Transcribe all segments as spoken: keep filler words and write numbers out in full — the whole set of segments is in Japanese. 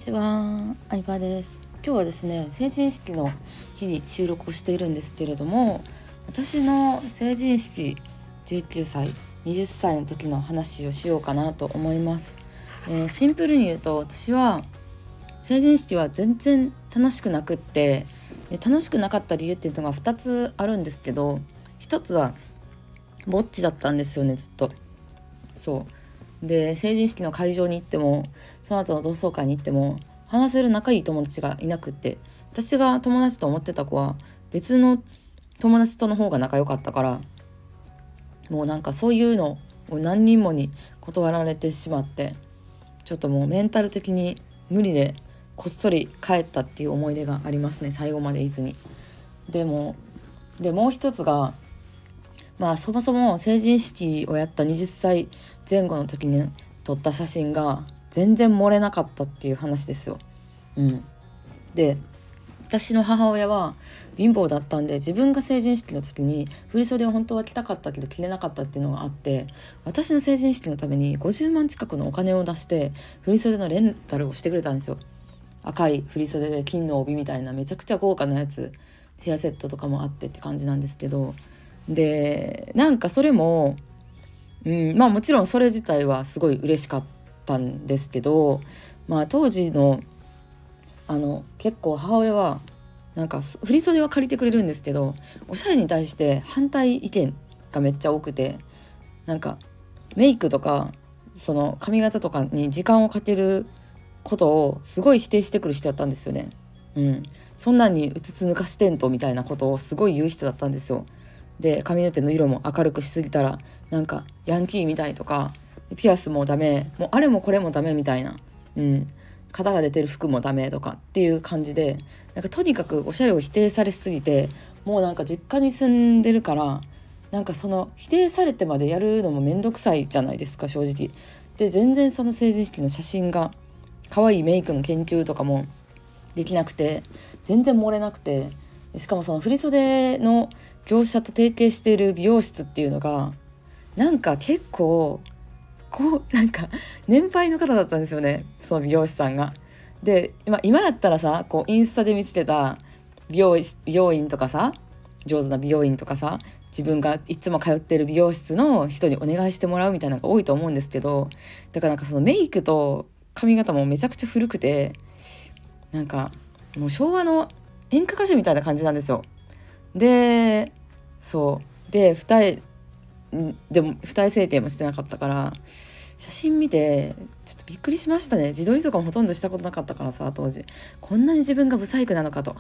ちは、相葉です。今日はですね、成人式の日に収録をしているんですけれども、私の成人式じゅうきゅうさい、はたちの時の話をしようかなと思います。えー、シンプルに言うと、私は成人式は全然楽しくなくって、で楽しくなかった理由っていうのがふたつあるんですけど、ひとつはぼっちだったんですよね、ずっと。そうで、成人式の会場に行っても、その後の同窓会に行っても話せる仲いい友達がいなくって、私が友達と思ってた子は別の友達との方が仲良かったから、もうなんかそういうのを何人もに断られてしまって、ちょっともうメンタル的に無理でこっそり帰ったっていう思い出がありますね、最後までいずに。でもでもう一つが、まあそもそも成人式をやったはたちぜん後の時に撮った写真が全然漏れなかったっていう話ですよ。うん、で私の母親は貧乏だったんで、自分が成人式の時に振袖を本当は着たかったけど着れなかったっていうのがあって、私の成人式のためにごじゅうまん近くのお金を出して振袖のレンタルをしてくれたんですよ。赤い振袖で金の帯みたいなめちゃくちゃ豪華なやつ、ヘアセットとかもあってって感じなんですけど、でなんかそれも、うん、まあもちろんそれ自体はすごい嬉しかったんですけど、まあ当時のあの結構母親はなんか振袖は借りてくれるんですけど、おしゃれに対して反対意見がめっちゃ多くて、なんかメイクとかその髪型とかに時間をかけることをすごい否定してくる人だったんですよね。うん、そんなんにうつつ抜かしてんとみたいなことをすごい言う人だったんですよ。で髪の毛の色も明るくしすぎたらなんかヤンキーみたいとか、ピアスもダメ、もうあれもこれもダメみたいな、うん、肩が出てる服もダメとかっていう感じで、なんかとにかくおしゃれを否定されすぎて、もうなんか実家に住んでるから、なんかその否定されてまでやるのもめんどくさいじゃないですか、正直。で全然その成人式の写真が、可愛いメイクの研究とかもできなくて、全然漏れなくて、しかもその振袖の業者と提携している美容室っていうのがなんか結構こうなんか年配の方だったんですよね、その美容師さんが。で今今やったらさ、こうインスタで見つけた美容美容院とかさ、上手な美容院とかさ、自分がいつも通ってる美容室の人にお願いしてもらうみたいなのが多いと思うんですけど、だからなんかそのメイクと髪型もめちゃくちゃ古くて、なんかもう昭和の演歌歌手みたいな感じなんですよ。でそうで二重でも二重整形もしてなかったから、写真見てちょっとびっくりしましたね。自撮りとかもほとんどしたことなかったからさ、当時こんなに自分がブサイクなのかと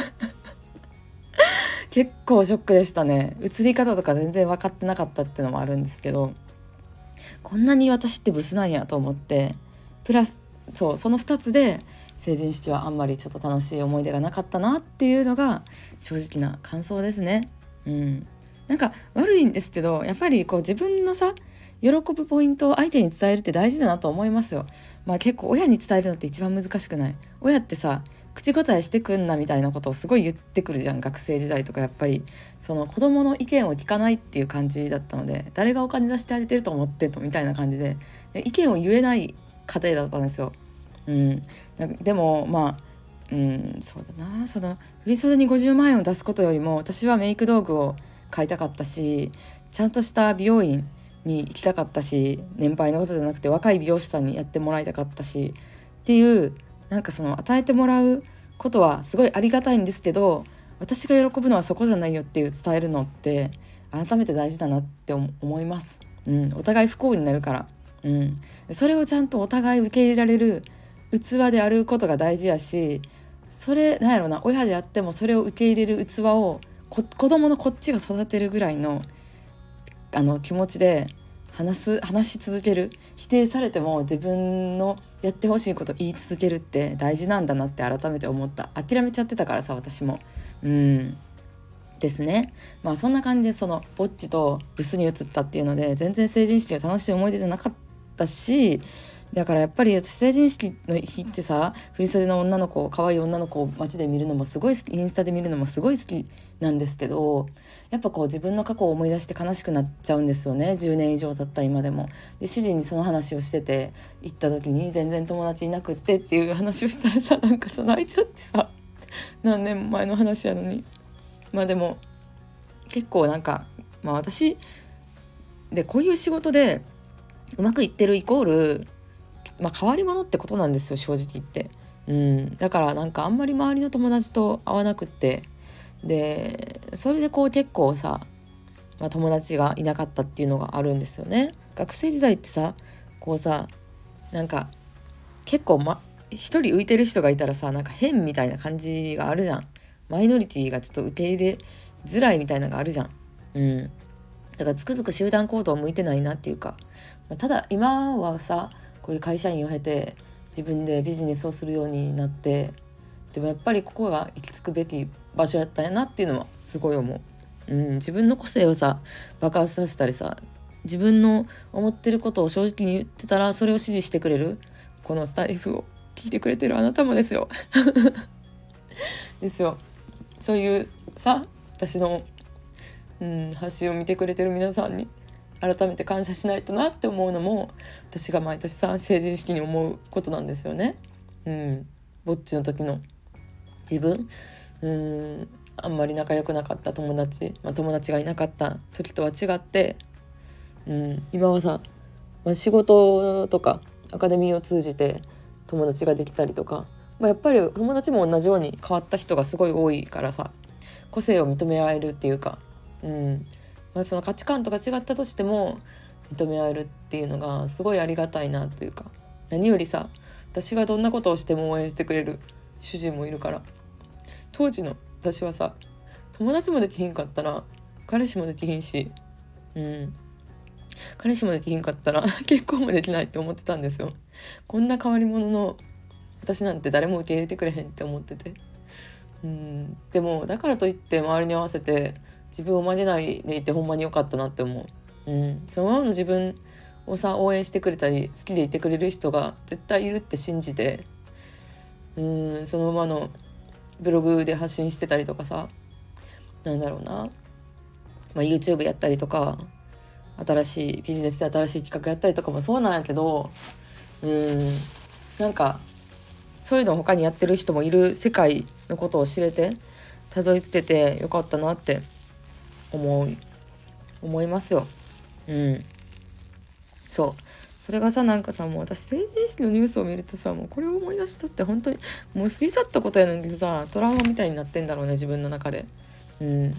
結構ショックでしたね。写り方とか全然分かってなかったっていうのもあるんですけど、こんなに私ってブスなんやと思って、プラスそうそのふたつで成人式はあんまりちょっと楽しい思い出がなかったなっていうのが正直な感想ですね。うん、なんか悪いんですけど、やっぱりこう自分のさ喜ぶポイントを相手に伝えるって大事だなと思いますよ。まあ結構親に伝えるのって一番難しくない？親ってさ、口答えしてくんなみたいなことをすごい言ってくるじゃん、学生時代とか。やっぱりその子供の意見を聞かないっていう感じだったので、誰がお金出してあげてると思ってんのみたいな感じで、で意見を言えない家庭だったんですよ。うん、でもまあ、うん、そうだな、その振袖にごじゅうまん円を出すことよりも、私はメイク道具を買いたかったし、ちゃんとした美容院に行きたかったし、年配のことじゃなくて若い美容師さんにやってもらいたかったしっていう、なんかその与えてもらうことはすごいありがたいんですけど、私が喜ぶのはそこじゃないよっていう伝えるのって改めて大事だなって思います。うん、お互い不幸になるから、うん、それをちゃんとお互い受け入れられる器であることが大事やし、それなんやろな、親であってもそれを受け入れる器をこ子供のこっちが育てるぐらいのあの気持ちで話す話し続ける。否定されても自分のやってほしいことを言い続けるって大事なんだなって改めて思った。諦めちゃってたからさ、私も。うんですね。まあそんな感じで、そのぼっちとブスに移ったっていうので全然成人式が楽しい思い出じゃなかったし、だからやっぱり私成人式の日ってさ、振袖の女の子、可愛い女の子を街で見るのもすごい好き、インスタで見るのもすごい好きなんですけど、 やっぱこう自分の過去を思い出して悲しくなっちゃうんですよね。じゅうねん以上経った今でも。で主人にその話をしてて、行った時に全然友達いなくってっていう話をしたらさ、なんかさ泣いちゃってさ、何年も前の話やのに。まあでも結構なんか、まあ私でこういう仕事でうまくいってるイコール、まあ、変わり者ってことなんですよ、正直言って。うん、だからなんかあんまり周りの友達と会わなくって、でそれでこう結構さ、まあ、友達がいなかったっていうのがあるんですよね。学生時代ってさ、こうさ、なんか結構ま一人浮いてる人がいたらさ、なんか変みたいな感じがあるじゃん。マイノリティがちょっと受け入れづらいみたいなのがあるじゃん。うん。だからつくづく集団行動向いてないなっていうか、まあただ今はさ、こういう会社員を経て自分でビジネスをするようになって、でもやっぱりここが行き着くべき場所やったんやなっていうのはすごい思う。うん、自分の個性をさ爆発させたりさ、自分の思ってることを正直に言ってたら、それを支持してくれる、このスタイフを聞いてくれてるあなたもですよですよ。そういうさ、私の、うん、発信を見てくれてる皆さんに改めて感謝しないとなって思うのも、私が毎年さ成人式に思うことなんですよね。うん、ぼっちの時の自分、うーんあんまり仲良くなかった友達、まあ、友達がいなかった時とは違って、うん、今はさ、まあ、仕事とかアカデミーを通じて友達ができたりとか、まあ、やっぱり友達も同じように変わった人がすごい多いからさ、個性を認め合えるっていうか、うんまあ、その価値観とか違ったとしても認め合えるっていうのがすごいありがたいなというか、何よりさ、私がどんなことをしても応援してくれる主人もいるから。当時の私はさ、友達もできひんかったら彼氏もできひんし、うん彼氏もできひんかったら結婚もできないって思ってたんですよ。こんな変わり者の私なんて誰も受け入れてくれへんって思ってて、うんでもだからといって周りに合わせて自分を曲げないでいてほんまに良かったなって思う。うん、そのままの自分をさ応援してくれたり好きでいてくれる人が絶対いるって信じて、うんそのままのブログで発信してたりとかさ、なんだろうな、まあ、YouTube やったりとか、新しいビジネスで新しい企画やったりとかもそうなんやけど、うんなんかそういうのを他にやってる人もいる世界のことを知れて、たどり着けてよかったなって思う思いますよ。うんそうそれがさ、なんかさ、もう私成人式のニュースを見るとさ、もうこれを思い出したって、本当にもう過ぎ去ったことやねんけどさ、トラウマみたいになってんだろうね、自分の中で。うん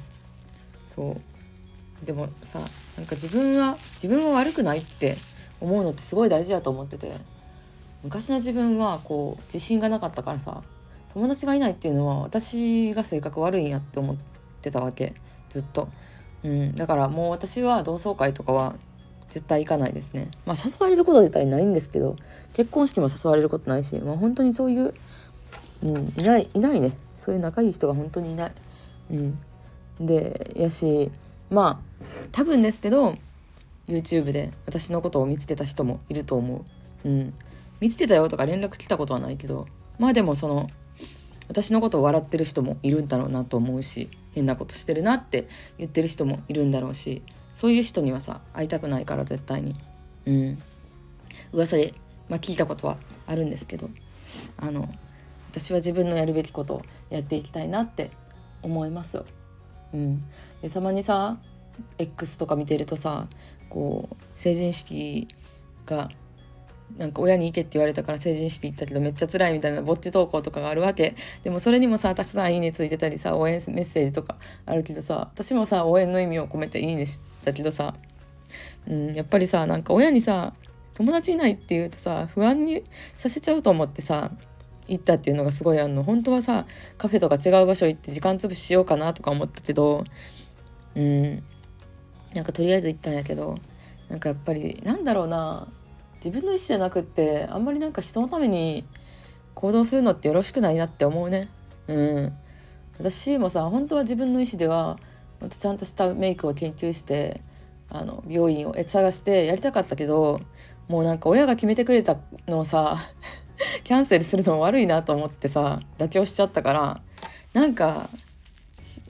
そうでもさ、なんか自分は自分は悪くないって思うのってすごい大事だと思ってて、昔の自分はこう自信がなかったからさ、友達がいないっていうのは私が性格悪いんやって思ってたわけ、ずっと。うんだからもう私は同窓会とかは絶対行かないですね。まあ誘われること自体ないんですけど、結婚式も誘われることないし、まあ本当にそういう、うん、いないいないね、そういう仲いい人が本当にいない。うんでやし、まあ多分ですけど YouTube で私のことを見つけた人もいると思う。うん見つけたよとか連絡来たことはないけど、まあでもその私のことを笑ってる人もいるんだろうなと思うし、変なことしてるなって言ってる人もいるんだろうし、そういう人にはさ会いたくないから絶対に。うん噂で、まあ、聞いたことはあるんですけど、あの私は自分のやるべきことをやっていきたいなって思いますよ。うんでたまにさ X とか見てるとさ、こう成人式がなんか親に行けって言われたから成人式行ったけどめっちゃ辛いみたいなぼっち投稿とかがあるわけ。でもそれにもさたくさんいいねついてたりさ、応援メッセージとかあるけどさ、私もさ応援の意味を込めていいねしたけどさ、うん、やっぱりさ、なんか親にさ友達いないって言うとさ不安にさせちゃうと思ってさ行ったっていうのがすごいあんの。本当はさカフェとか違う場所行って時間潰ししようかなとか思ったけど、うんなんかとりあえず行ったんやけど、なんかやっぱりなんだろうな、自分の意思じゃなくってあんまりなんか人のために行動するのってよろしくないなって思うね。うん私もさ本当は自分の意思ではちゃんとしたメイクを研究してあの美容院を探してやりたかったけど、もうなんか親が決めてくれたのをさキャンセルするのも悪いなと思ってさ妥協しちゃったから、なんか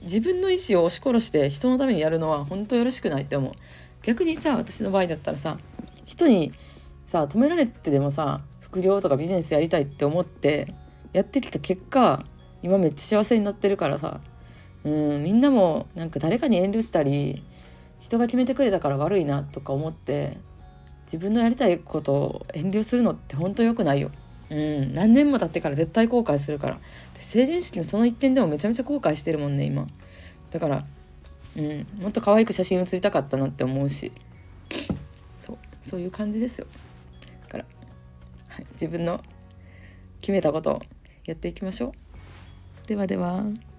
自分の意思を押し殺して人のためにやるのは本当よろしくないって思う。逆にさ、私の場合だったらさ、人にさ止められてでもさ副業とかビジネスやりたいって思ってやってきた結果、今めっちゃ幸せになってるからさ、うんみんなもなんか誰かに遠慮したり人が決めてくれたから悪いなとか思って自分のやりたいことを遠慮するのって本当良くないよ。うん何年も経ってから絶対後悔するから。で成人式のその一点でもめちゃめちゃ後悔してるもんね今。だからうんもっと可愛く写真写りたかったなって思うし、そうそういう感じですよ。だから、はい、自分の決めたことをやっていきましょう。ではでは。